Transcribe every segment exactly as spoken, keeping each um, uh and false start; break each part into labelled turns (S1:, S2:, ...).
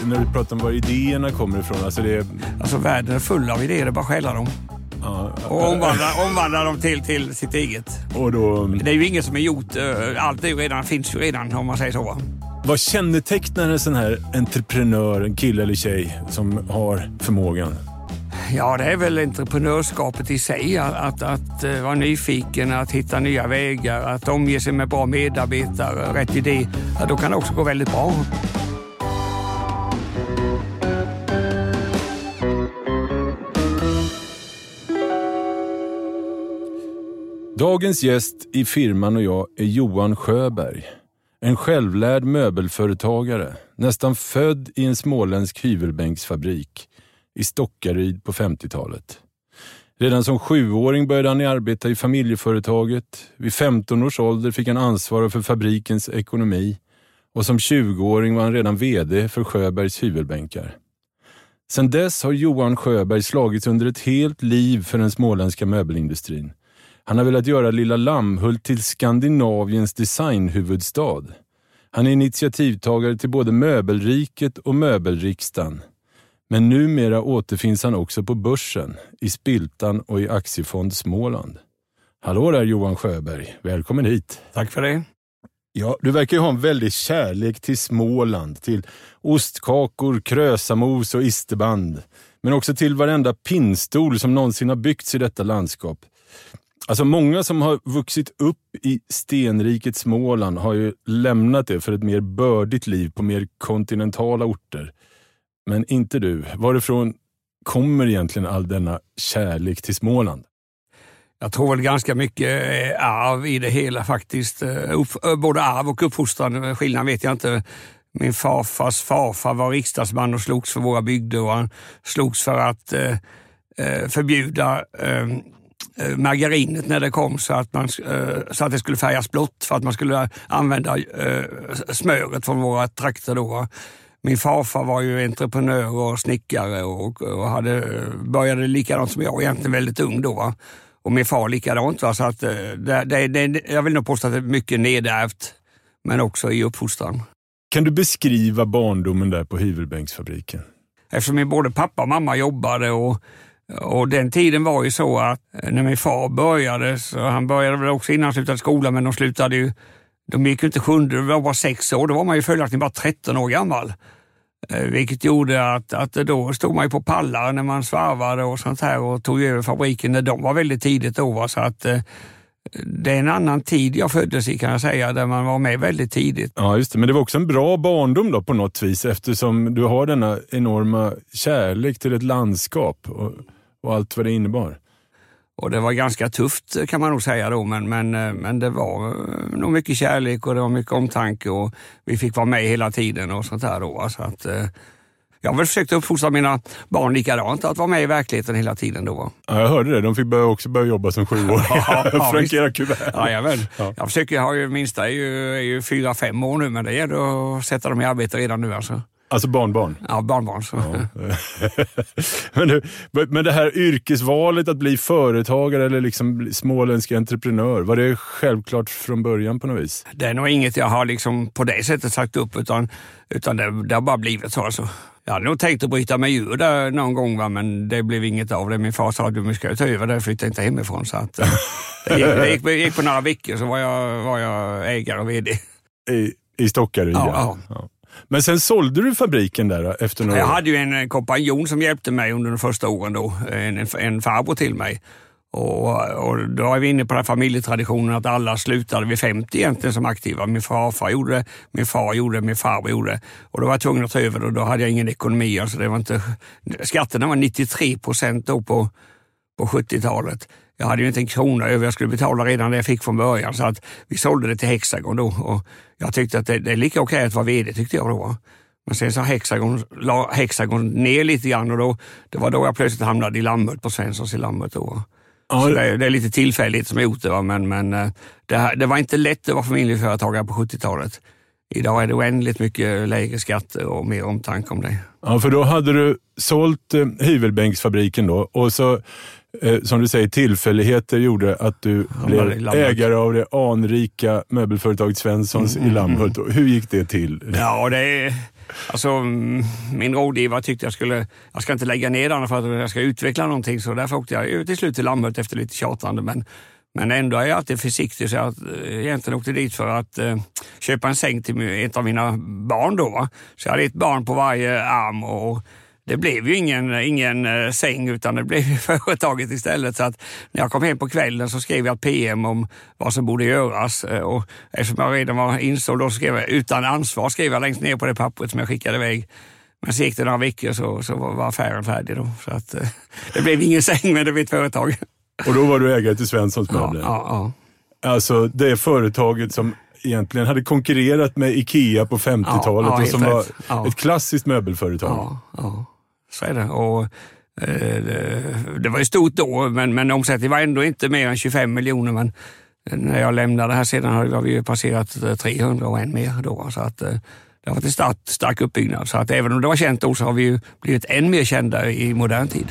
S1: när du pratar om var idéerna kommer ifrån. Alltså, det är...
S2: alltså världen är full av idéer, det är bara att stjäla dem.
S1: Ja,
S2: och omvandla, omvandla dem till, till sitt eget.
S1: Och då...
S2: Det är ju inget som är gjort, allt är ju redan, finns ju redan om man säger så.
S1: Vad kännetecknar en sån här entreprenör, en kille eller tjej som har förmågan?
S2: Ja, det är väl entreprenörskapet i sig, att, att, att vara nyfiken, att hitta nya vägar, att omge sig med bra medarbetare, rätt idé. Ja, då kan det också gå väldigt bra.
S1: Dagens gäst i firman och jag är Johan Sjöberg. En självlärd möbelföretagare, nästan född i en småländsk hyvelbänksfabrik i Stockaryd på femtiotalet. Redan som sjuåring började han arbeta i familjeföretaget. Vid femton års ålder fick han ansvara för fabrikens ekonomi och som tjugoåring var han redan vd för Sjöbergs hyvelbänkar. Sedan dess har Johan Sjöberg slagits under ett helt liv för den småländska möbelindustrin. Han har velat göra Lilla Lammhult till Skandinaviens designhuvudstad. Han är initiativtagare till både Möbelriket och Möbelriksdagen. Men numera återfinns han också på börsen, i Spiltan och i Aktiefond Småland. Hallå där Johan Sjöberg, välkommen hit.
S2: Tack för det.
S1: Ja, du verkar ju ha en väldigt kärlek till Småland, till ostkakor, krösamos och isterband. Men också till varenda pinnstol som någonsin har byggts i detta landskap. Alltså många som har vuxit upp i stenriket Småland har ju lämnat det för ett mer bördigt liv på mer kontinentala orter. Men inte du. Varifrån kommer egentligen all denna kärlek till Småland?
S2: Jag tror väl ganska mycket arv i det hela faktiskt. Både arv och uppfostran, skillnaden vet jag inte. Min farfars farfar var riksdagsman och slogs för våra bygder och han slogs för att eh, förbjuda eh, margarinet när det kom så att, man, så att det skulle färgas blått för att man skulle använda smöret från våra trakter då. Min farfar var ju entreprenör och snickare och, och hade, började likadant som jag, egentligen väldigt ung då. Och min far likadant. Så att det, det, det, jag vill nog påstå att det är mycket nedärvt, men också i uppfostran.
S1: Kan du beskriva barndomen där på hyvelbänksfabriken?
S2: Eftersom min både pappa och mamma jobbade och Och den tiden var ju så att när min far började, så han började väl också innan han slutade skolan, men de slutade ju, de gick ju inte sjunde, det var bara sex år, då var man ju följaktligen bara tretton år gammal. Eh, vilket gjorde att, att då stod man ju på pallar när man svarvade och sånt här och tog över fabriken när de var väldigt tidigt då, va? Så att eh, det är en annan tid jag föddes i kan jag säga, där man var med väldigt tidigt.
S1: Ja just det, men det var också en bra barndom då på något vis, eftersom du har denna enorma kärlek till ett landskap och och allt vad det innebar.
S2: Och det var ganska tufft kan man nog säga då, men, men, men det var nog mycket kärlek och det var mycket omtanke och vi fick vara med hela tiden och sånt där då. Så att, jag har väl försökt uppfostra mina barn likadant, att vara med i verkligheten hela tiden då.
S1: Ja, jag hörde det. De fick börja också börja jobba som sju år.
S2: Ja, ja,
S1: frankera kuvert.
S2: Ja, jag, vet. Ja. jag försöker, jag har ju minsta är ju, är ju fyra, fem år nu, men det gäller att sätta dem i arbete redan nu alltså.
S1: Alltså barnbarn?
S2: Ja, barnbarn. Så.
S1: Ja. men, du, men det här yrkesvalet att bli företagare eller liksom småländsk entreprenör, var det självklart från början på något vis?
S2: Det är nog inget jag har liksom på det sättet sagt upp, utan, utan det, det har bara blivit så. Alltså. Jag hade nog tänkt att bryta mig ur där någon gång, va? Men det blev inget av det. Min far sa att du ska ta över det och flytta inte hemifrån. Så att, det, gick, det, gick, det gick på några veckor så var jag, var jag ägare och vd.
S1: I, i Stockaryd?
S2: Ja, ja.
S1: ja. Men sen sålde du fabriken där efter några
S2: Jag
S1: år?
S2: hade ju en kompanjon som hjälpte mig under de första åren då. En, en, en farbror till mig. Och, och då är vi inne på den familjetraditionen att alla slutade vid femtio egentligen som aktiva. Min farfar gjorde det, min far gjorde det, min farbror gjorde det. Och då var jag tvungen att ta över och då hade jag ingen ekonomi. Alltså det var inte, skatterna var nittiotre procent då på, på sjuttiotalet. Jag hade ju inte en krona över, jag skulle betala redan det jag fick från början. Så att vi sålde det till Hexagon då. Och jag tyckte att det, det är lika okej att vara vd, tyckte jag då. Men sen så Hexagon, la Hexagon ner lite grann och då, det var då jag plötsligt hamnade i Lammhult på Svenssons i Lammhult då. Så det, det är lite tillfälligt som jag gjort det, va? Men, men det, det var inte lätt att vara familjeföretagare på sjuttiotalet. Idag är det oändligt mycket lägre skatter och mer omtanke om det.
S1: Ja, för då hade du sålt eh, hyvelbänksfabriken då och så eh, som du säger, tillfälligheter gjorde att du blev ägare av det anrika möbelföretaget Svenssons mm, i Lammhult. Mm. Hur gick det till?
S2: Ja, det är... Alltså, min rådgivare tyckte jag skulle, jag ska inte lägga ner den för att jag ska utveckla någonting, så därför åkte jag till slut till Lammhult efter lite tjatande, men, men ändå är jag alltid försiktig, så jag egentligen åkte dit för att eh, köpa en säng till ett av mina barn då, va? Så jag hade ett barn på varje arm och det blev ju ingen, ingen uh, säng, utan det blev företaget istället. Så att när jag kom hem på kvällen så skrev jag ett P M om vad som borde göras. Uh, och eftersom jag redan var insåld då, skrev jag utan ansvar skrev jag längst ner på det pappret som jag skickade iväg. Men så gick det några veckor så, så var affären färdig då. Så att, uh, det blev ingen säng, men det blev ett företag.
S1: Och då var du ägare till Svenssons möbler?
S2: Ja, ja,
S1: ja. Alltså det företaget som egentligen hade konkurrerat med Ikea på femtiotalet, ja, ja, och som rätt. var ja. ett klassiskt möbelföretag.
S2: Ja, ja. Så är det. Och, eh, det, det var ju stort då, men, men omsättningen var ändå inte mer än tjugofem miljoner. Men när jag lämnade här sedan hade vi ju passerat trehundra och en mer då. Så att, eh, det har varit en stark, stark uppbyggnad. Så att även om det var känt då så har vi ju blivit än mer kända i modern tid.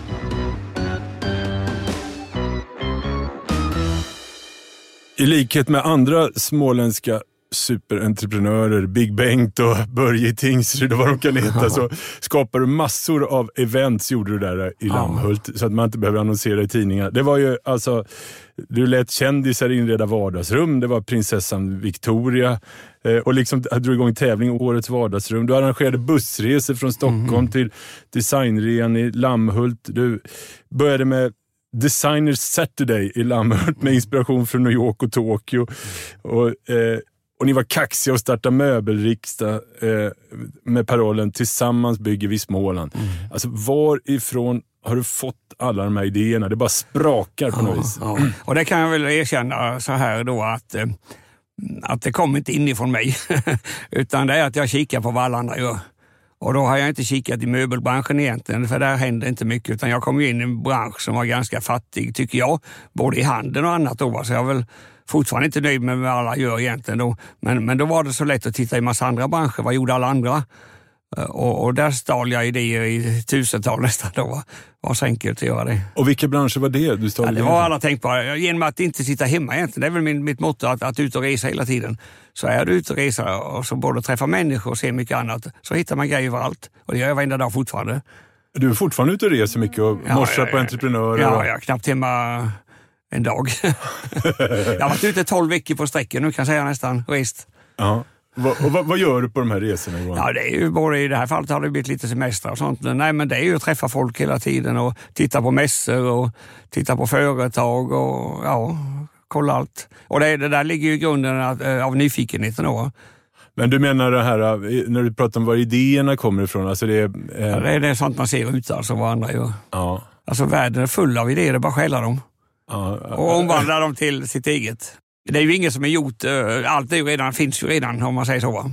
S1: I likhet med andra småländska superentreprenörer, Big Bengt och Börje Tingsryd och vad de kan heta, så skapar du massor av events, gjorde du där i Lammhult, så att man inte behöver annonsera i tidningar. Det var ju alltså, du lät kändisar inreda vardagsrum, det var prinsessan Victoria, och liksom hade du igång tävling Årets vardagsrum. Du arrangerade bussresor från Stockholm mm. till designrean i Lammhult. Du började med Designers Saturday i Lammhult med inspiration från New York och Tokyo. Och, eh, och ni var kaxiga och startade möbelriksdag eh, med parollen "Tillsammans bygger vi Småland". Mm. Alltså varifrån har du fått alla de här idéerna? Det bara sprakar på
S2: ja,
S1: något vis.
S2: Ja. Och det kan jag väl erkänna så här då att, eh, att det kommer inte inifrån mig. Utan det är att jag kikar på vad alla andra gör. Och då har jag inte kikat i möbelbranschen egentligen, för där händer inte mycket. Utan jag kom in i en bransch som var ganska fattig, tycker jag. Både i handeln och annat då. Så jag är väl fortfarande inte nöjd med vad alla gör egentligen då. Men, men då var det så lätt att titta i massa andra branscher. Vad gjorde alla andra? Och, och där stal jag idéer i tusental nästan då. Det var så enkelt att göra det.
S1: Och vilka branscher var det du stal?
S2: Ja, det var alla tänkbara. Genom att inte sitta hemma egentligen. Det är väl min, mitt motto att, att ut och resa hela tiden. Så är du ute och resa och så både träffa människor och se mycket annat, så hittar man grejer överallt. Och det gör jag varenda dag fortfarande.
S1: Du är fortfarande ute och reser mycket och ja, morsar på entreprenörer?
S2: Ja, jag är knappt hemma en dag. Jag har varit ute tolv veckor på sträcken nu, kan jag säga nästan. Rest.
S1: Ja. Och vad, vad gör du på de här resorna? Johan?
S2: Ja, det är ju både i det här fallet har det blivit lite semester och sånt. Nej, men det är ju att träffa folk hela tiden och titta på mässor och titta på företag och ja, kolla allt. Och det, det där ligger ju i grunden av, av nyfikenheten då.
S1: Men du menar det här, när du pratar om var idéerna kommer ifrån? Alltså det, är, eh...
S2: ja, det är det sånt man ser ut, alltså vad andra gör.
S1: Ja.
S2: Alltså världen är full av idéer, det är bara stjäla dem.
S1: Ja.
S2: Och omvandla dem till sitt eget. Det är ju ingen som är gjort, allt är ju redan, finns ju redan om man säger så.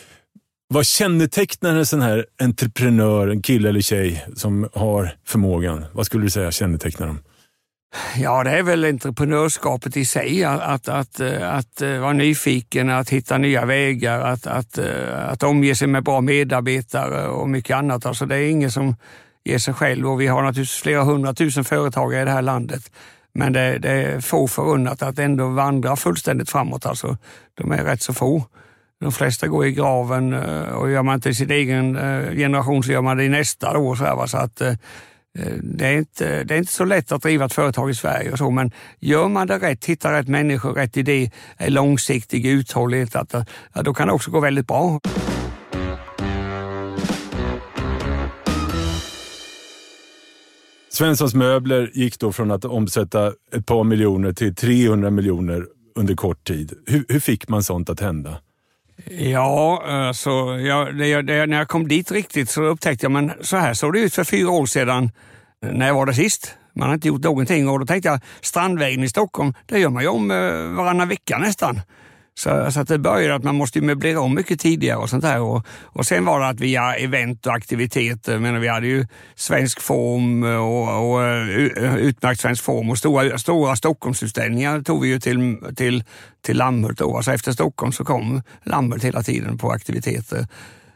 S1: Vad kännetecknar en sån här entreprenör, en kille eller tjej som har förmågan? Vad skulle du säga kännetecknar dem?
S2: Ja, det är väl entreprenörskapet i sig, att, att, att, att vara nyfiken, att hitta nya vägar, att, att, att omge sig med bra medarbetare och mycket annat. Alltså det är ingen som ger sig själv, och vi har naturligtvis flera hundratusen företagare i det här landet. Men det, det är få förunnat att ändå vandra fullständigt framåt. Alltså, de är rätt så få. De flesta går i graven, och gör man inte i sin egen generation så gör man det i nästa år. Så, här, va? Så att, det, är inte, det är inte så lätt att driva ett företag i Sverige. Och så, men gör man det rätt, hittar rätt människor, rätt idé, långsiktig uthållighet, att, ja, då kan det också gå väldigt bra.
S1: Svenssons möbler gick då från att omsätta ett par miljoner till trehundra miljoner under kort tid. Hur, hur fick man sånt att hända?
S2: Ja, alltså, jag, det, det, när jag kom dit riktigt så upptäckte jag, men så här såg det ut för fyra år sedan när jag var där sist. Man har inte gjort någonting, och då tänkte jag, Strandvägen i Stockholm, det gör man ju om varannan vecka nästan. Så, så att det började att man måste ju möblera om mycket tidigare och sånt där. Och, och sen var det att via event och aktiviteter, men vi hade ju svensk form och, och utmärkt svensk form och stora, stora Stockholmsutställningar tog vi ju till, till, till Lammhult då. Alltså efter Stockholm så kom Lammhult hela tiden på aktiviteter.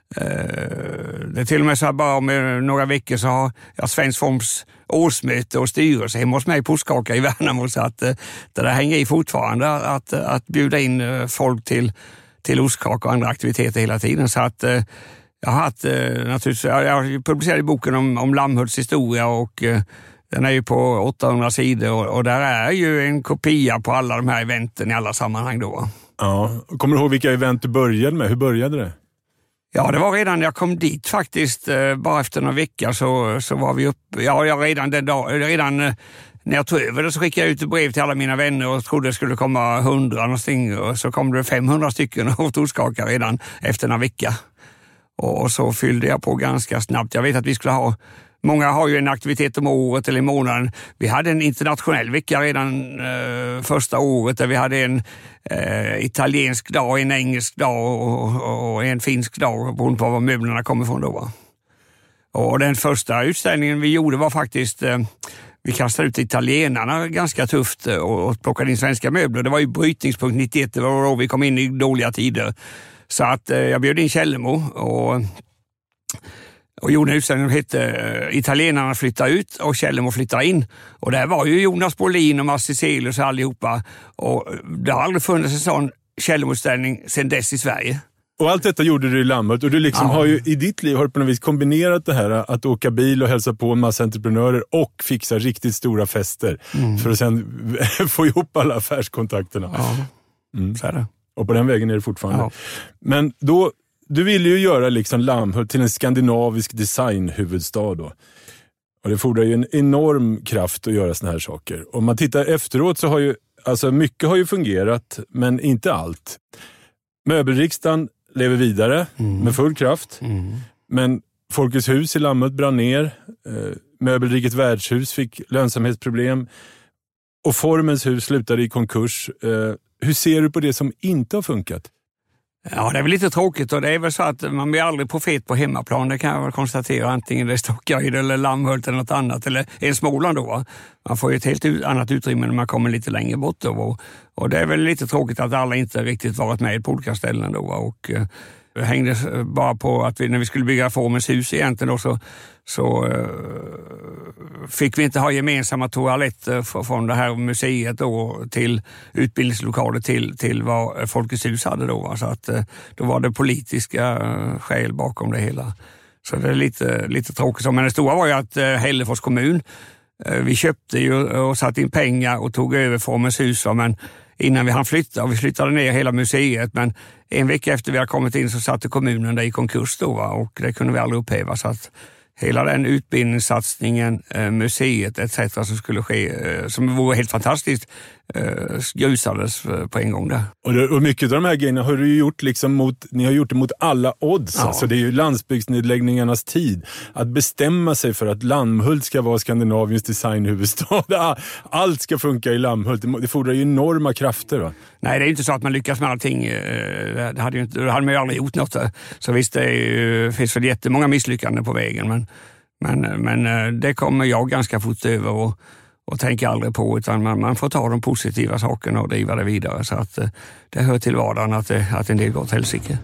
S2: Det är till och med så här, bara om några veckor så har jag Svensk Forms årsmöte och styrelse hemma hos mig på Ostkaka i Värnamo, så att det där hänger i fortfarande att, att bjuda in folk till, till Ostkaka och andra aktiviteter hela tiden. Så att jag har haft, naturligtvis, jag publicerade boken om, om Lammhults historia och den är ju på åttahundra sidor och, och där är ju en kopia på alla de här eventen i alla sammanhang då.
S1: Ja, kommer du ihåg vilka event du började med? Hur började det?
S2: Ja, det var redan när jag kom dit faktiskt, bara efter några veckor så, så var vi uppe, ja jag redan den dag, redan när jag tog över det så skickade jag ut ett brev till alla mina vänner och trodde det skulle komma hundra någonting och så kom det femhundra stycken och Ostkaka redan efter en vecka. Och, och så fyllde jag på ganska snabbt. Jag vet att vi skulle ha, många har ju en aktivitet om året eller i månaden. Vi hade en internationell vecka redan eh, första året där vi hade en eh, italiensk dag, en engelsk dag och, och en finsk dag beroende på var möblerna kommer från då. Va? Och den första utställningen vi gjorde var faktiskt, eh, vi kastade ut italienarna ganska tufft och, och plockade in svenska möbler. Det var ju brytningspunkt nittioett, det var då vi kom in i dåliga tider. Så att eh, jag bjöd in Källemo och Och gjorde en utställning som hette Italienarna flyttar ut och Källemo flyttar in. Och där var ju Jonas Bolin och Mats Cecilius och allihopa. Och det har aldrig funnits en sån Källemo-utställning sedan dess i Sverige.
S1: Och allt detta gjorde du i Lammhult och du liksom ja. har ju i ditt liv har du på något vis kombinerat det här att åka bil och hälsa på en massa entreprenörer och fixa riktigt stora fester mm. för att sen få ihop alla affärskontakterna.
S2: Ja, mm. så är det.
S1: Och på den vägen är det fortfarande.
S2: Ja.
S1: Men då, du ville ju göra liksom Lammhult till en skandinavisk designhuvudstad då. Och det fordrar ju en enorm kraft att göra såna här saker. Om man tittar efteråt så har ju, alltså mycket har ju fungerat, men inte allt. Möbelriksdagen lever vidare mm. med full kraft. Mm. Men Folkets hus i Lammhult brann ner. Möbelriket värdshus fick lönsamhetsproblem. Och Formens hus slutade i konkurs. Hur ser du på det som inte har funkat?
S2: Ja, det är väl lite tråkigt och det är väl så att man blir aldrig profet på hemmaplan. Det kan jag väl konstatera, antingen det är Stockaryd eller Lammhult eller något annat, eller en Småland då. Man får ju ett helt annat utrymme när man kommer lite längre bort då. Och, och det är väl lite tråkigt att alla inte riktigt varit med på olika ställen då. Och eh, det hängde bara på att vi, när vi skulle bygga Formens hus egentligen då, så, så eh, fick vi inte ha gemensamma toaletter från det här museet då till utbildningslokaler till, till vad Folkets hus hade då. Så att eh, då var det politiska skäl bakom det hela. Så det är lite, lite tråkigt. Men det stora var ju att eh, Hällefors kommun, eh, vi köpte ju och satte in pengar och tog över Formens hus. Men innan vi hann flytta, och vi flyttade ner hela museet, men en vecka efter vi hade kommit in så satte kommunen där i konkurs då, va? Och det kunde vi aldrig upphäva, så att hela den utbildningssatsningen, eh, museet et cetera som skulle ske, eh, som vore helt fantastiskt, eh, grusades på en gång där.
S1: Och, det, och mycket av de här grejerna har du ju gjort liksom mot, ni har gjort det mot alla odds. Ja. Alltså det är ju landsbygdsnedläggningarnas tid. Att bestämma sig för att Lammhult ska vara Skandinaviens designhuvudstad. Allt ska funka i Lammhult. Det fordrar ju enorma krafter, va?
S2: Nej, det är inte så att man lyckas med allting. Det hade, ju inte, det hade man ju aldrig gjort något. Så visst, det är ju, finns väl jättemånga misslyckanden på vägen. Men, men, men det kommer jag ganska fort över och, och tänker aldrig på. Utan man, man får ta de positiva sakerna och driva det vidare. Så att det hör till vardagen att, det, att en del går åt helsike.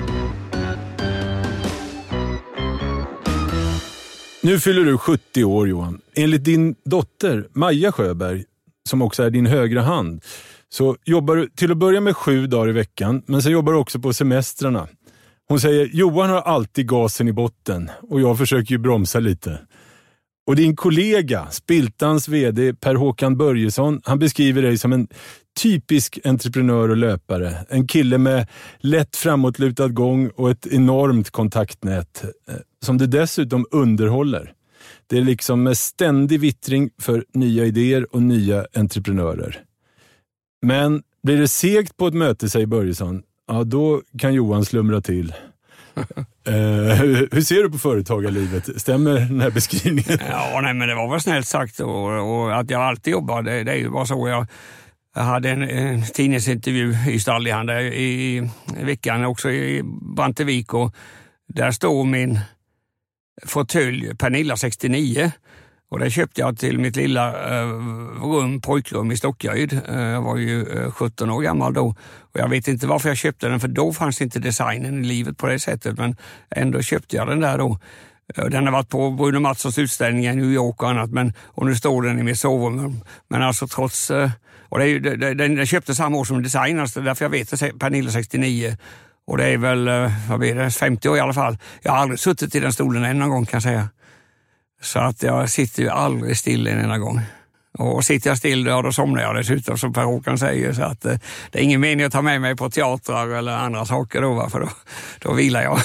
S1: Nu fyller du sjuttio år, Johan. Enligt din dotter, Maja Sjöberg, som också är din högra hand, så jobbar du till att börja med sju dagar i veckan, men sen jobbar du också på semestrarna. Hon säger, Johan har alltid gasen i botten och jag försöker ju bromsa lite. Och din kollega, Spiltans vd Per-Håkan Börjesson, han beskriver dig som en typisk entreprenör och löpare. En kille med lätt framåtlutad gång och ett enormt kontaktnät som du dessutom underhåller. Det är liksom med ständig vittring för nya idéer och nya entreprenörer. Men blir det segt på ett möte, säger Börjesson, ja då kan Johan slumra till. uh, hur ser du på företagarlivet? Stämmer den här beskrivningen?
S2: Ja, nej, men det var väl snällt sagt. Och, och att jag alltid jobbar, det, det är ju bara så. Jag, jag hade en, en tidningsintervju i Stallihan i, i, i veckan, också i Brantevik, och där står min fåtölj Pernilla sextionio. Och det köpte jag till mitt lilla eh, rum, pojkrum i Stockaryd. Eh, jag var ju eh, sjutton år gammal då. Och jag vet inte varför jag köpte den, för då fanns inte designen i livet på det sättet. Men ändå köpte jag den där då. Den har varit på Bruno Mattssons utställningar i New York och annat, men, och nu står den i mitt sovrum. Men alltså trots... Och det är ju, den, den köpte samma år som designers, därför jag vet det, Pernilla sextionio. Och det är väl, vad blir det, femtio år i alla fall. Jag har aldrig suttit i den stolen en gång, kan jag säga. Så att jag sitter ju aldrig still en enda gång. Och sitter jag still då, då somnar jag dessutom, som Per Håkan säger. Så att det är ingen mening att ta med mig på teatrar eller andra saker då, för då, då vilar jag.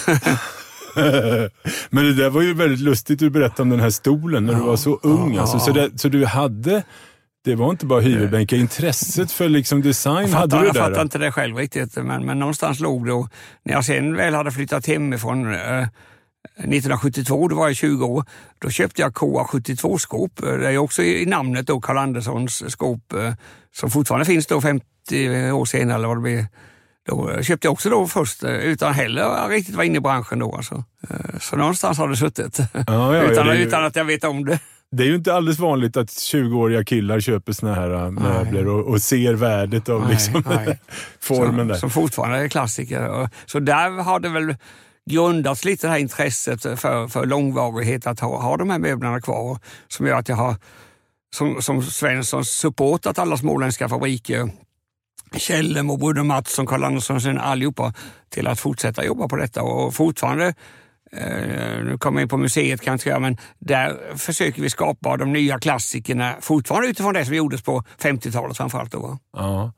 S1: Men det där var ju väldigt lustigt du berättade om den här stolen när ja, du var så ung. Ja, alltså, ja. Så, det, så du hade, det var inte bara hyvelbänkar, intresset för liksom design jag fattar, hade du
S2: jag
S1: där?
S2: Jag fattar inte det själv riktigt, men, men någonstans låg då, när jag sen väl hade flyttat hemifrån eh, nittonhundrasjuttiotvå, då var jag tjugo år, då köpte jag K A sjuttiotvå-skåp. Det är också i namnet då Carl Anderssons skåp, eh, som fortfarande finns då femtio år senare eller vad det blir. Då köpte jag också då först, utan heller riktigt vara inne i branschen då. Alltså. Så någonstans har det suttit, ja, ja, utan, ja, det ju, utan att jag vet om det.
S1: Det är ju inte alldeles vanligt att tjugoåriga killar köper såna här möbler och, och ser värdet av nej, liksom nej. formen
S2: som,
S1: där.
S2: Som fortfarande är klassiker. Så där har det väl grundats lite det här intresset för, för långvarighet, att ha, ha de här möblerna kvar, som gör att jag har som, som Svensson supportat alla småländska fabriker, Kjellem och Bruno Mattsson, Carl Andersson, sen allihopa, till att fortsätta jobba på detta. Och fortfarande, eh, nu kommer jag in på museet kanske jag, men där försöker vi skapa de nya klassikerna fortfarande utifrån det som gjordes på femtiotalet framförallt då.
S1: Ja.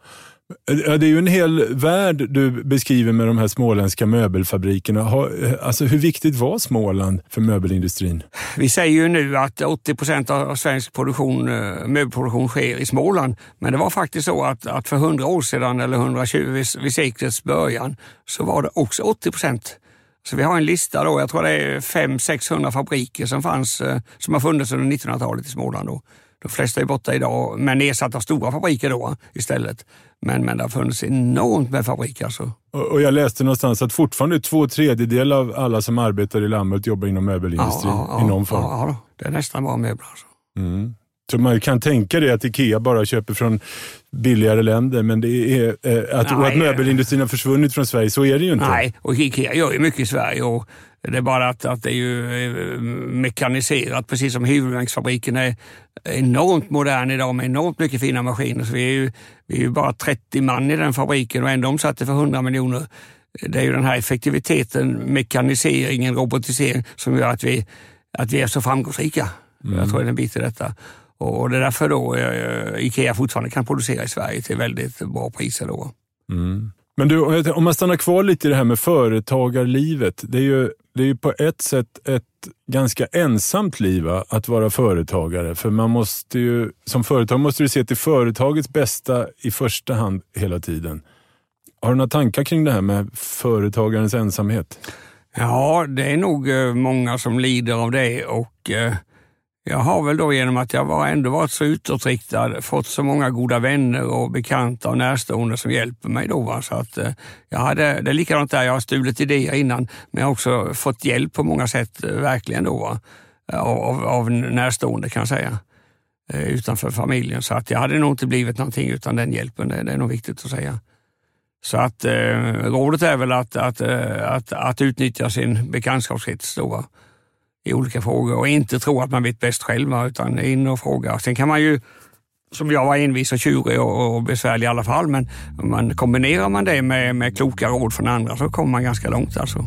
S1: Det är ju en hel värld du beskriver med de här småländska möbelfabrikerna. Alltså hur viktigt var Småland för möbelindustrin? Vi
S2: säger ju nu att åttio procent av svensk produktion, möbelproduktion sker i Småland. Men det var faktiskt så att, att för hundra år sedan eller hundratjugo vid, vid seklets början så var det också åttio procent. Så vi har en lista då, jag tror det är fem till sexhundra fabriker som fanns, som har funnits under nittonhundratalet i Småland då. De flesta är borta idag, men ersatt av stora fabriker då istället. Men, men det har funnits enormt med fabriker. Alltså.
S1: Och, och jag läste någonstans att fortfarande två tredjedelar av alla som arbetar i landet jobbar inom möbelindustrin
S2: ja, ja,
S1: i någon form.
S2: Ja, ja, det är nästan bara möbler. Alltså.
S1: Mm. Så man kan tänka det att IKEA bara köper från billigare länder, men det är eh, att, nej, att möbelindustrin har försvunnit från Sverige, så är det ju inte.
S2: Nej, och IKEA gör ju mycket i Sverige, och det är bara att, att det är ju mekaniserat, precis som hyvelbänksfabriken är enormt modern idag med enormt mycket fina maskiner. Så vi är ju, vi är ju bara trettio man i den fabriken och ändå omsatte för hundra miljoner. Det är ju den här effektiviteten, mekaniseringen, robotiseringen som gör att vi, att vi är så framgångsrika. Mm. Jag tror det är en bit i detta. Och det är därför då eh, IKEA fortfarande kan producera i Sverige till väldigt bra priser då.
S1: Mm. Men du, om man stannar kvar lite i det här med företagarlivet. Det är ju, det är ju på ett sätt ett ganska ensamt liv att vara företagare. För man måste ju, som företag måste du se till företagets bästa i första hand hela tiden. Har du några tankar kring det här med företagarens ensamhet?
S2: Ja, det är nog många som lider av det, och eh, jag har väl då genom att jag var ändå varit så utåtriktad fått så många goda vänner och bekanta och närstående som hjälper mig då. Va? Så att eh, jag hade, det är likadant där, jag har stulit idéer innan, men jag har också fått hjälp på många sätt, verkligen då, va? Av, av närstående kan jag säga, eh, utanför familjen. Så att jag hade nog inte blivit någonting utan den hjälpen, det, det är nog viktigt att säga. Så att eh, rådet är väl att, att, att, att utnyttja sin bekantskapskrets då, va? I olika frågor, och inte tro att man vet bäst själv, utan in och fråga. Sen kan man ju, som jag var, envis och tjurig och, och besvärlig i alla fall, men man, kombinerar man det med, med kloka råd från andra så kommer man ganska långt alltså.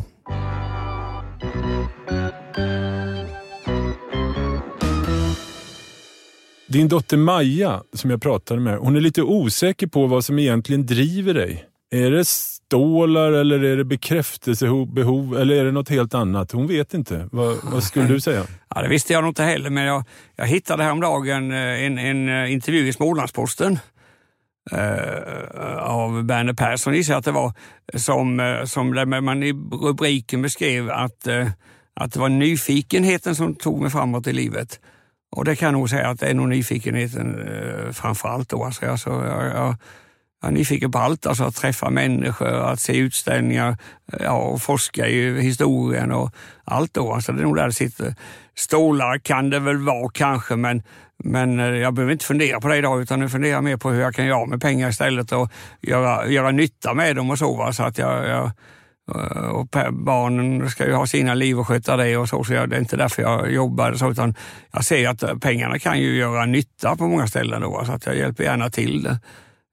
S1: Din dotter Maja, som jag pratade med, hon är lite osäker på vad som egentligen driver dig. Är det stålar eller är det bekräftelsebehov eller är det något helt annat? Hon vet inte. Vad, vad skulle du säga?
S2: Ja, det visste jag nog inte heller, men jag, jag hittade häromdagen en, en intervju i Smålandsposten eh, av Berner Persson, gissar jag att det var, som, som där man i rubriken beskrev att, eh, att det var nyfikenheten som tog mig framåt i livet. Och det kan jag nog säga att det är nog nyfikenheten eh, framför allt då. Alltså, alltså, jag, jag, Jag är nyfiken på allt, alltså att träffa människor, att se utställningar, ja, och forska i historien och allt då. Alltså det är nog där det sitter. Stålar kan det väl vara kanske, men, men jag behöver inte fundera på det idag, utan nu funderar jag mer på hur jag kan göra med pengar istället och göra, göra nytta med dem och så. Va? Så att jag, jag och barnen ska ju ha sina liv och sköta det och så, så jag, det är inte därför jag jobbar så, utan jag ser att pengarna kan ju göra nytta på många ställen då, så att jag hjälper gärna till det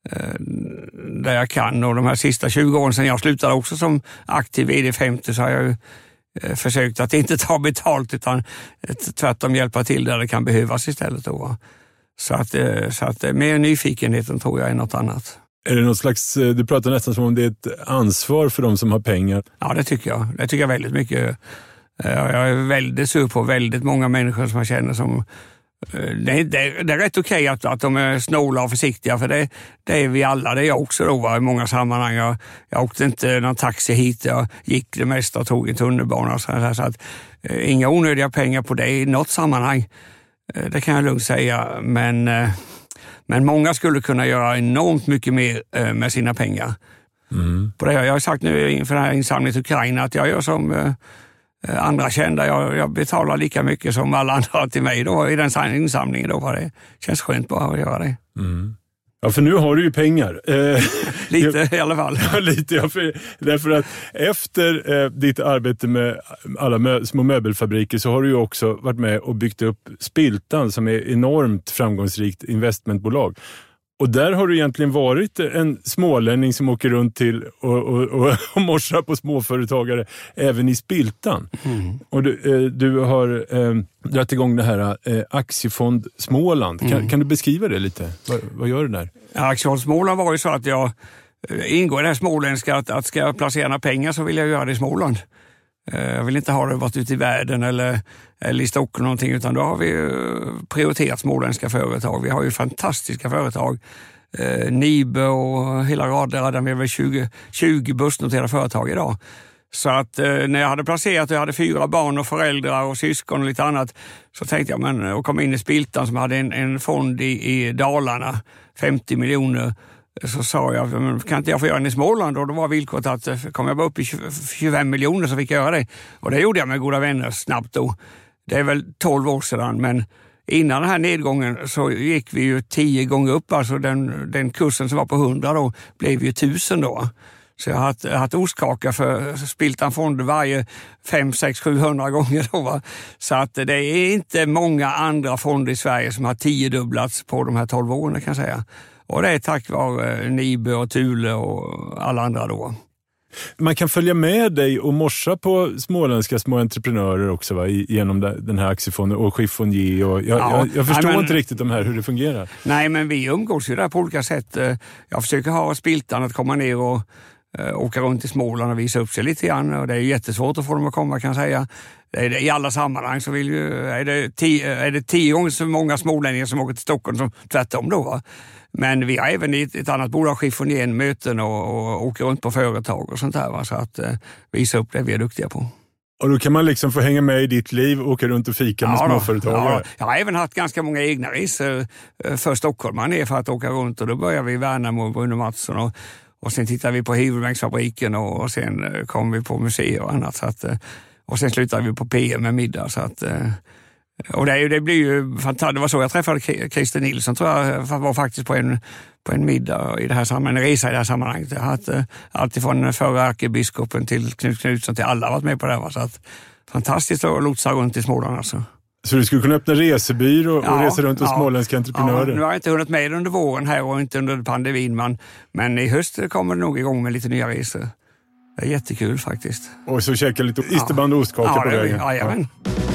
S2: där jag kan. Och de här sista tjugo åren sedan jag slutade också som aktiv V D femtio så har jag ju försökt att inte ta betalt utan tvärtom hjälpa till där det kan behövas istället då. Så att, så att mer nyfikenheten tror jag är något annat.
S1: Är det något slags, du pratar nästan som om det är ett ansvar för de som har pengar?
S2: Ja, det tycker jag. Det tycker jag väldigt mycket. Jag är väldigt sur på väldigt många människor som jag känner som Det är, det, är, det är rätt okej att, att de är snåla och försiktiga, för det, det är vi alla. Det är jag också då, va, i många sammanhang. Jag, jag åkte inte någon taxi hit, jag gick det mesta och tog en tunnelbana. Och så här, så att, eh, inga onödiga pengar på det i något sammanhang. Eh, det kan jag lugnt säga. Men, eh, men många skulle kunna göra enormt mycket mer eh, med sina pengar. Mm. På det, jag har sagt nu inför den här insamlingen till Ukraina att jag gör som... Eh, andra kända, jag, jag betalar lika mycket som alla andra till mig då i den insamlingen då, var det känns skönt bara att göra det.
S1: Mm. Ja, för nu har du ju pengar. Eh,
S2: lite jag, i alla fall.
S1: Ja, lite, ja, för, därför att efter eh, ditt arbete med alla mö, små möbelfabriker så har du ju också varit med och byggt upp Spiltan som är enormt framgångsrikt investmentbolag. Och där har du egentligen varit en smålänning som åker runt till och, och, och, och morsar på småföretagare även i Spiltan. Mm. Och du, eh, du har eh, dragit igång det här eh, Aktiefond Småland. Kan, mm. kan du beskriva det lite? Vad, vad gör du där?
S2: Ja, Aktiefond Småland var ju så att jag ingår i det här småländska att, att ska jag placera några pengar så vill jag göra det i Småland. Jag vill inte ha det varit ute i världen eller, eller i Stockholm någonting, utan då har vi prioriterat småländska företag. Vi har ju fantastiska företag. Eh, Nibe och hela raden, vi har väl tjugo, tjugo börsnoterade företag idag. Så att eh, när jag hade placerat och jag hade fyra barn och föräldrar och syskon och lite annat, så tänkte jag, men och kom in i Spiltan som hade en, en fond i, i Dalarna, femtio miljoner. Så sa jag, men kan inte jag få göra den i Småland? Och då var villkoret att kom jag bara upp i tjugofem miljoner så fick jag göra det. Och det gjorde jag med goda vänner snabbt då. Det är väl tolv år sedan, men innan den här nedgången så gick vi ju tio gånger upp. Alltså den, den kursen som var på hundra då blev ju tusen då. Så jag har haft, haft orskaka för Spiltan fonder varje fem, sex, sjuhundra gånger då, va? Så att det är inte många andra fonder i Sverige som har tiodubblats på de här tolv åren, kan jag säga. Och det är tack vare Nibe och Thule och alla andra då.
S1: Man kan följa med dig och morsa på småländska små entreprenörer också, va? Genom den här aktiefonden och Chiffonnier. Och jag, ja, jag, jag förstår nej, men, inte riktigt de här, hur det fungerar.
S2: Nej, men vi umgås ju där på olika sätt. Jag försöker ha Spiltan att komma ner och uh, åka runt i Småland och visa upp sig lite grann. Och det är jättesvårt att få dem att komma, kan jag säga. Det är det, i alla sammanhang så vill ju, är, det tio, är det tio gånger så många smålänningar som åker till Stockholm som tvärtom då, va? Men vi har även i ett, ett annat bolag Chiffonnier möten och, och åker runt på företag och sånt där, va? Så att eh, visa upp det vi är duktiga på.
S1: Och då kan man liksom få hänga med i ditt liv och åka runt och fika med ja, småföretagare.
S2: Ja, jag har även haft ganska många egna resor för stockholmare ner för att åka runt, och då börjar vi i Värnamo och Bruno Mattsson och, och sen tittar vi på Hyvelsbänksfabriken och, och sen kommer vi på museer och annat. Så att, och sen slutar vi på P M med middag. Så att, och det, det blir ju fantastiskt. Det var så jag träffade Christer Nilsson, tror jag, var faktiskt på en, på en middag i det här sammanhanget, en resa i det här sammanhanget. Jag har haft allt ifrån förra ärkebiskopen till Knut Knutsson till alla varit med på det här. Så att, fantastiskt att lotsa runt i Småland alltså.
S1: Så du skulle kunna öppna resebyrå och ja, resa runt hos ja, småländska entreprenörer?
S2: Ja, nu har jag inte hunnit med under våren här och inte under pandemin, men, men i höst kommer det nog igång med lite nya resor. Det är jättekul faktiskt.
S1: Och så käka lite isterband och ostkaka ja, på vägen?
S2: Ja, ja, men.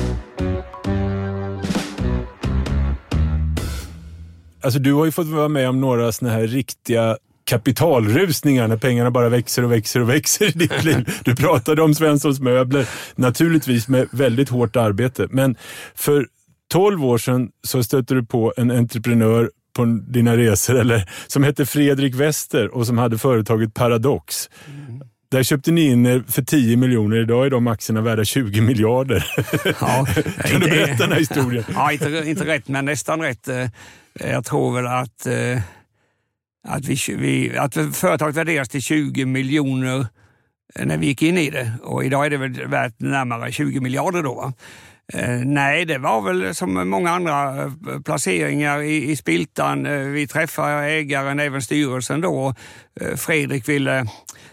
S1: Alltså du har ju fått vara med om några såna här riktiga kapitalrusningar när pengarna bara växer och växer och växer i ditt liv. Du pratade om Svenssons möbler, naturligtvis med väldigt hårt arbete. Men för tolv år sedan så stötte du på en entreprenör på dina resor eller, som hette Fredrik Wester och som hade företaget Paradox. Mm. Där köpte ni in för tio miljoner. Idag är de aktierna värda tjugo miljarder. Ja, kan du berätta den här historien?
S2: Ja, inte, inte rätt, men nästan rätt. Jag tror väl att att, vi, vi, att företaget värderas till tjugo miljoner när vi gick in i det. Och idag är det väl värt närmare tjugo miljarder då, va? Eh, nej, det var väl som många andra placeringar i, i Spiltan. Eh, vi träffade ägaren, även styrelsen då. Eh, Fredrik ville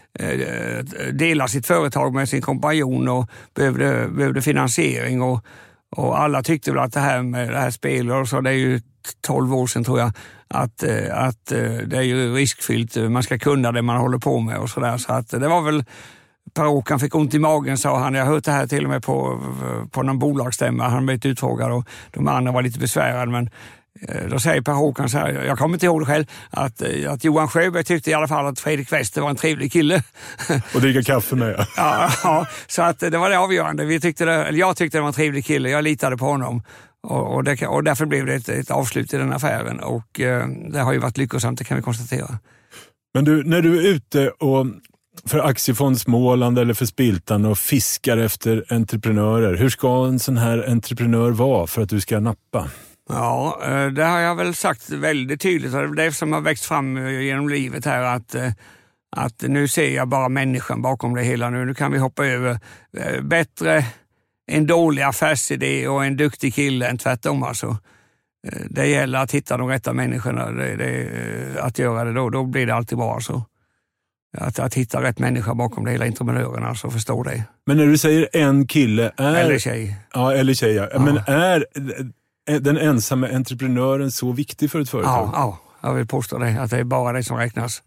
S2: eh, dela sitt företag med sin kompanjon och behövde, behövde finansiering. Och, och alla tyckte väl att det här med det här spelet, och så, det är ju tolv år sedan tror jag, att, att det är ju riskfyllt. Man ska kunna det man håller på med och sådär. Så att det var väl... Per-Håkan fick ont i magen, sa han. Jag har hört det här till och med på, på någon bolagsstämma. Han blev utfrågad och de andra var lite besvärade. Men då säger Per-Håkan så här, jag kommer inte ihåg det själv, att, att Johan Sjöberg tyckte i alla fall att Fredrik Wester var en trevlig kille.
S1: Och dricka kaffe med.
S2: ja, ja, så att det var det avgörande. Vi tyckte det, eller jag tyckte det var en trevlig kille. Jag litade på honom. Och, och, det, och därför blev det ett, ett avslut i den affären. Och eh, det har ju varit lyckosamt, det kan vi konstatera.
S1: Men du, när du är ute och... för Aktiefond Småland eller för Spiltan och fiskar efter entreprenörer. Hur ska en sån här entreprenör vara för att du ska nappa?
S2: Ja, det har jag väl sagt väldigt tydligt. Det är det som har växt fram genom livet här, att, att nu ser jag bara människan bakom det hela. Nu, nu kan vi hoppa över bättre en dålig affärsidé och en duktig kille än tvärtom. Alltså. Det gäller att hitta de rätta människorna. Det, det, att göra det då, då blir det alltid bra. Alltså. Att, att hitta rätt människa bakom det hela, entreprenörerna, så förstår det.
S1: Men när du säger en kille är...
S2: Eller tjej.
S1: Ja, eller tjej. Ja. Ja. Men är den ensamma entreprenören så viktig för ett företag?
S2: Ja, ja, jag vill påstå det. Att det är bara det som räknas.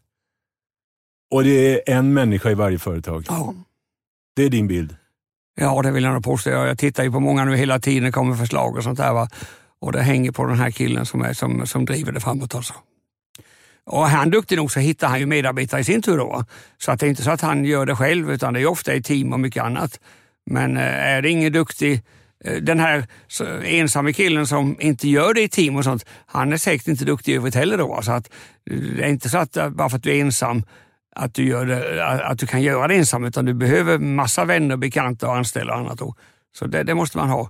S1: Och det är en människa i varje företag?
S2: Ja.
S1: Det är din bild?
S2: Ja, det vill jag nog påstå. Jag tittar ju på många nu hela tiden, kommer förslag och sånt där, va. Och det hänger på den här killen som, är, som, som driver det framåt alltså. Och han duktig nog så hittar han ju medarbetare i sin tur då. Så att det är inte så att han gör det själv, utan det är ofta i team och mycket annat. Men är det ingen duktig, den här ensamma killen som inte gör det i team och sånt, han är säkert inte duktig i övrigt heller då. Så att det är inte så att bara för att du är ensam att du, gör det, att du kan göra det ensam, utan du behöver massa vänner, bekanta och anställda och annat då. Så det, det måste man ha.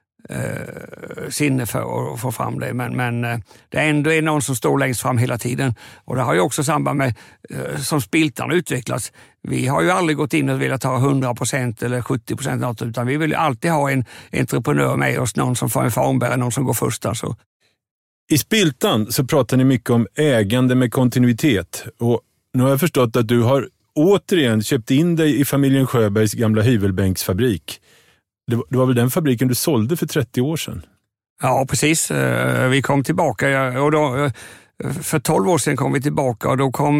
S2: Eh, sinne för att få fram det, men, men eh, det är ändå är någon som står längst fram hela tiden, och det har ju också samband med eh, som Spiltan utvecklats. Vi har ju aldrig gått in och velat ta hundra procent eller sjuttio procent något, utan vi vill ju alltid ha en entreprenör med oss, någon som får en farmbärare, någon som går först alltså.
S1: I Spiltan så pratar ni mycket om ägande med kontinuitet, och nu har jag förstått att du har återigen köpt in dig i familjen Sjöbergs gamla hyvelbänksfabrik. Det var, det var väl den fabriken du sålde för trettio år sedan?
S2: Ja, precis. Vi kom tillbaka och då, för tolv år sedan kom vi tillbaka, och då kom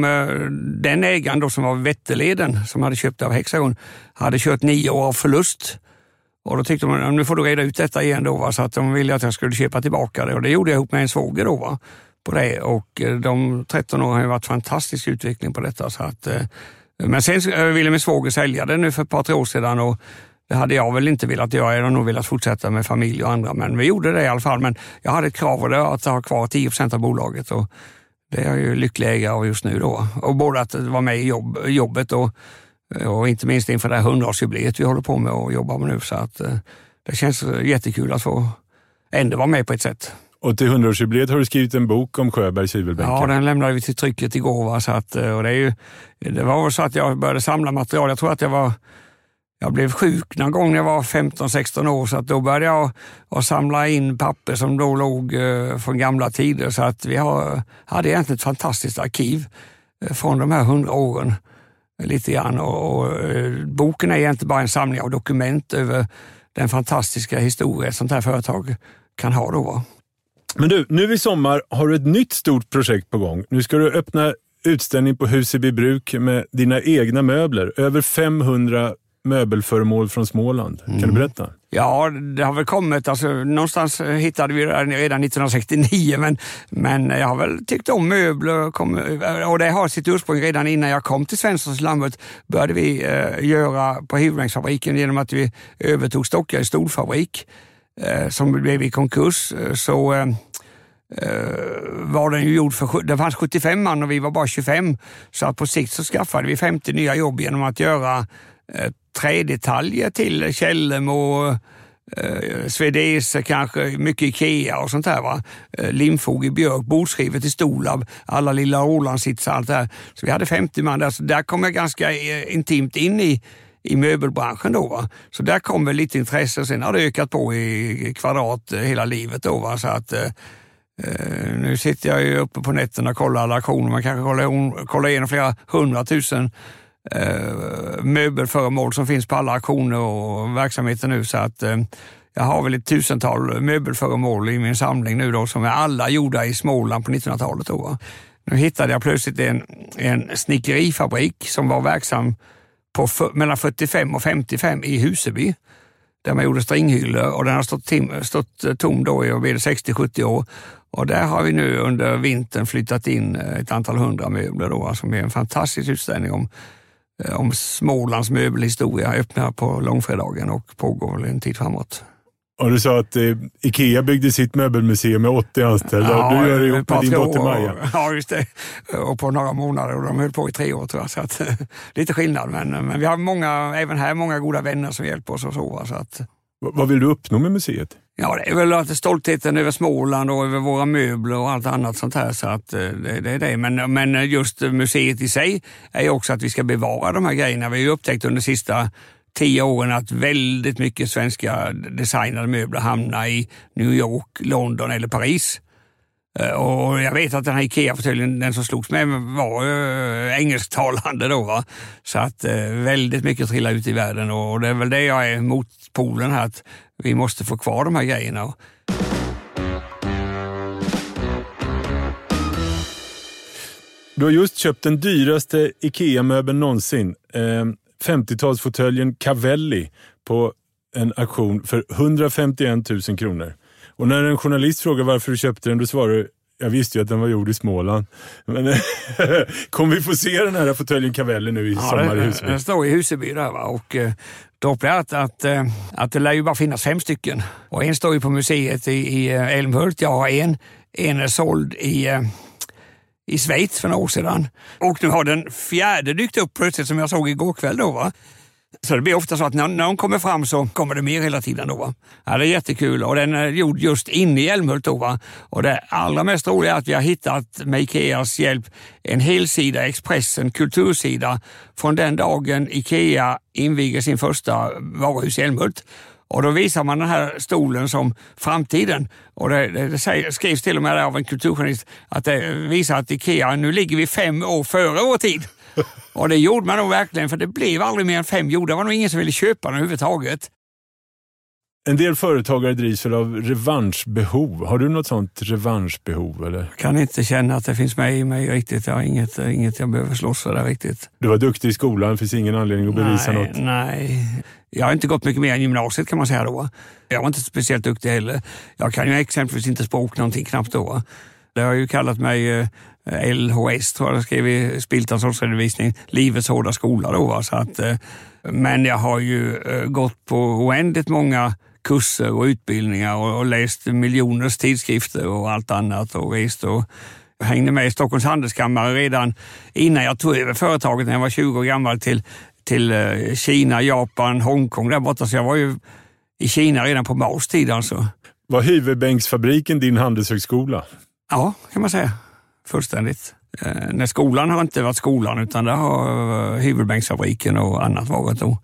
S2: den ägaren då som var Vätterleden, som hade köpt av Hexagon, hade kört nio år av förlust. Och då tyckte man, nu får du reda ut detta igen då, va? Så att de ville att jag skulle köpa tillbaka det, och det gjorde jag ihop med en svåger då, va? På det. Och de tretton år har ju varit fantastisk utveckling på detta. Så att, men sen ville min svåger sälja det nu för ett par, tre år sedan, och det hade jag väl inte velat göra. Jag hade nog velat fortsätta med familj och andra, men vi gjorde det i alla fall. Men jag hade ett krav, och det var att ha kvar tio procent av bolaget, och det är jag ju lycklig ägare av just nu då. Och både att vara med i jobb, jobbet och, och inte minst inför det här hundraårsjubileet vi håller på med och jobbar med nu. Så att det känns jättekul att få ändå vara med på ett sätt.
S1: Och till hundraårsjubileet har du skrivit en bok om Sjöbergs hyvelbänkar.
S2: Ja, den lämnade vi till trycket igår. Va? Så att, och det, är ju, det var så att jag började samla material. Jag tror att jag var... Jag blev sjuk någon gång när jag var femton sexton år, så att då började jag att samla in papper som då låg eh, från gamla tider. Så att vi har, hade egentligen ett fantastiskt arkiv eh, från de här hundra åren. Eh, lite grann. Och, och eh, boken är egentligen bara en samling av dokument över den fantastiska historia ett sånt här företag kan ha då. Va?
S1: Men du, nu i sommar har du ett nytt stort projekt på gång. Nu ska du öppna utställning på Huseby bruk med dina egna möbler. Över femhundra möbelföremål från Småland. Kan mm. du berätta?
S2: Ja, det har väl kommit, alltså någonstans hittade vi det redan nittonhundrasextionio, men, men jag har väl tyckt om möbler, kom, och det har sitt ursprung redan innan jag kom till Svenssons Lammhult. Började vi eh, göra på hyvelbänksfabriken genom att vi övertog Stockar i stolfabrik eh, som blev i konkurs, så eh, var den ju gjord för, det fanns sjuttiofem man och vi var bara tjugofem, så att på sikt så skaffade vi femtio nya jobb genom att göra eh, trädetaljer till källem och eh, Swedese, kanske mycket Ikea och sånt där, va. Eh, limfog i björk, bordsskrivet i Stolab, alla lilla Rolandsitsar, allt det här. Så vi hade femtio man där, så där kom jag ganska eh, intimt in i i möbelbranschen då, va. Så där kom väl lite intresse, och sen har det ökat på i kvadrat hela livet då, va. Så att eh, nu sitter jag ju uppe på nätterna och kollar alla auktioner. Man kanske kollar, kollar igenom flera hundratusen eh, möbelföremål som finns på alla auktioner och verksamheter nu, så att eh, jag har väl ett tusental möbelföremål i min samling nu då, som är alla gjorda i Småland på nittonhundratalet då, va. Nu hittade jag plötsligt en, en snickerifabrik som var verksam på för, mellan fyrtiofem och femtiofem i Huseby, där man gjorde stringhyllor, och den har stått, tim, stått tom då i sextio sjuttio år. Och där har vi nu under vintern flyttat in ett antal hundra möbler då, som är en fantastisk utställning om, om Smålands möbelhistoria, öppnar på långfredagen och pågår väl en tid framåt.
S1: Och du sa att eh, Ikea byggde sitt möbelmuseum med åttio anställda.
S2: Ja,
S1: du gör det ihop med din dotter Maja.
S2: Ja, just det. Och på några månader, och de höll på i tre år tror jag. Så att, lite skillnad, men, men vi har många, även här många goda vänner som hjälper oss och så. så att,
S1: v- vad vill du uppnå med museet?
S2: Ja, det är väl att stoltheten över Småland och över våra möbler och allt annat sånt här. Så att det, det är det. Men, men just museet i sig är ju också att vi ska bevara de här grejerna. Vi har ju upptäckt under sista tio åren att väldigt mycket svenska designade möbler hamnar i New York, London eller Paris. Och jag vet att den här Ikea-fåtöljen, den som slogs med, var äh, engelsktalande då, va. Så att äh, väldigt mycket trillar ut i världen, och det är väl det jag är mot polen här, att vi måste få kvar de här grejerna.
S1: Du har just köpt den dyraste Ikea-möbeln någonsin. Eh, femtiotalsfåtöljen Cavelli på en auktion för hundrafemtioen tusen kronor. Och när en journalist frågar varför du köpte den, då svarar du: jag visste ju att den var gjord i Småland. Men kommer vi få se den här fåtöljen Cavelli nu i ja, sommar i Huseby?
S2: Den står i Huseby där, va? Och då blir det att, att, att det lär ju bara finnas fem stycken. Och en står ju på museet i, i Älmhult. Jag har en. En är såld i... i Schweiz för några år sedan. Och nu har den fjärde dykt upp plötsligt, som jag såg igår kväll då, va. Så det blir ofta så att när, när de kommer fram så kommer det mer hela tiden då, va. Ja, det är jättekul, och den är gjord just inne i Älmhult då, va. Och det allra mest roliga är att vi har hittat med Ikeas hjälp en helsida, Expressen, kultursida, från den dagen Ikea inviger sin första varuhus i Älmhult. Och då visar man den här stolen som framtiden. Och det, det, det säger, skrivs till och med av en kulturjournalist att det visar att Ikea, nu ligger vi fem år före vår tid. Och det gjorde man nog verkligen, för det blev aldrig mer än fem gjorda. Det var nog ingen som ville köpa den överhuvudtaget.
S1: En del företagare drivs väl av revanschbehov. Har du något sånt revanschbehov? Eller?
S2: Jag kan inte känna att det finns med i mig riktigt. Jag har inget, inget jag behöver slåss för där riktigt.
S1: Du var duktig i skolan, det finns ingen anledning att bevisa
S2: nej,
S1: något.
S2: Nej, jag har inte gått mycket mer än gymnasiet, kan man säga då. Jag var inte speciellt duktig heller. Jag kan ju exempelvis inte språk någonting knappt då. Det har ju kallat mig L H S, tror jag, skrev i Spiltans årsredovisning, livets hårda skola då. Så att, men jag har ju gått på oändligt många kurser och utbildningar och, och läst miljoners tidskrifter och allt annat, och rest och hängde med i Stockholms handelskammare redan innan jag tog över företaget när jag var tjugo år gammal till, till Kina, Japan, Hongkong där borta. Så jag var ju i Kina redan på Maos tid alltså.
S1: Var Hyvebänksfabriken din handelshögskola?
S2: Ja, kan man säga. Fullständigt. Eh, när skolan har inte varit skolan, utan det har Hyvebänksfabriken och annat varit då.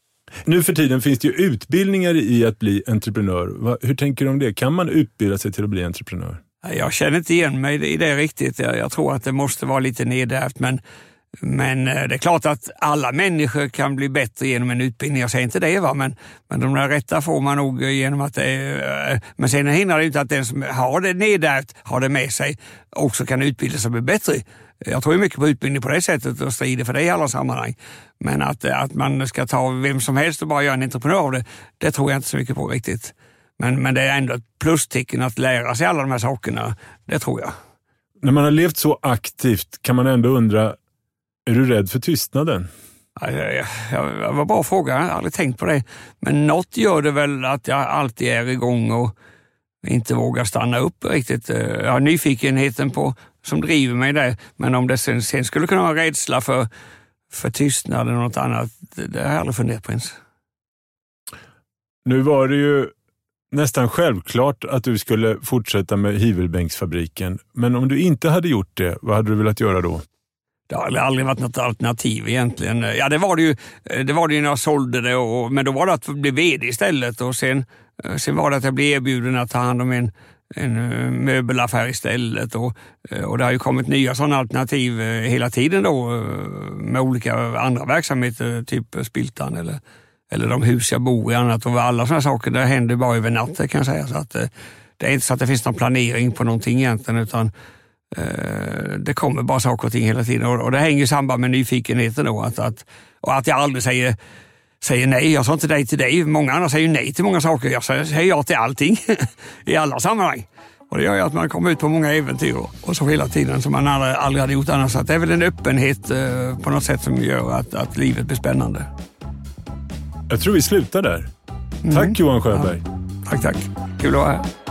S1: Nu för tiden finns det ju utbildningar i att bli entreprenör. Hur tänker du om det? Kan man utbilda sig till att bli entreprenör?
S2: Jag känner inte igen mig i det riktigt. Jag tror att det måste vara lite nedärvt, men, men det är klart att alla människor kan bli bättre genom en utbildning. Jag säger inte det, va? Men, men de där rätta får man nog genom att det är, men sen hindrar det inte att den som har det nedärvt, har det med sig, också kan utbilda sig och bli bättre. Jag tror mycket på utbildning på det sättet och strider för det i alla sammanhang. Men att, att man ska ta vem som helst och bara göra en entreprenör av det, det tror jag inte så mycket på riktigt. Men, men det är ändå ett plustecken att lära sig alla de här sakerna, det tror jag.
S1: När man har levt så aktivt kan man ändå undra, är du rädd för tystnaden?
S2: Ja, jag, jag, jag var bra fråga, jag har aldrig tänkt på det. Men något gör det väl att jag alltid är igång och inte vågar stanna upp riktigt. Jag har nyfikenheten på som driver mig där, men om det sen, sen skulle kunna vara rädsla för, för tystnad eller något annat, det, det har jag aldrig funderat på ens.
S1: Nu var det ju nästan självklart att du skulle fortsätta med hyvelbänksfabriken. Men om du inte hade gjort det, vad hade du velat göra då?
S2: Det har aldrig varit något alternativ egentligen. Ja, det var det ju, det var det ju när jag sålde det, och, men då var det att bli vd istället. Och sen, sen var det att jag blev erbjuden att ta hand om en, en möbelaffär istället. Och, och det har ju kommit nya sådana alternativ hela tiden då, med olika andra verksamheter, typ Spiltan eller, eller de hus jag bor i annat. Och alla sådana saker, det händer bara över natten kan jag säga. Så att, det är inte så att det finns någon planering på någonting egentligen, utan det kommer bara saker och ting hela tiden, och det hänger samman med nyfikenheten då, att, att, och att jag aldrig säger, säger nej. Jag sa inte nej till dig, många andra säger nej till många saker. Jag säger, säger ja till allting i alla sammanhang, och det gör ju att man kommer ut på många äventyr och så hela tiden som man aldrig, aldrig hade gjort annars. Så att det är väl en öppenhet eh, på något sätt som gör att, att livet blir spännande.
S1: Jag tror vi slutar där. Mm. Tack Johan Sjöberg.
S2: Ja. Tack, tack. Kul att vara här.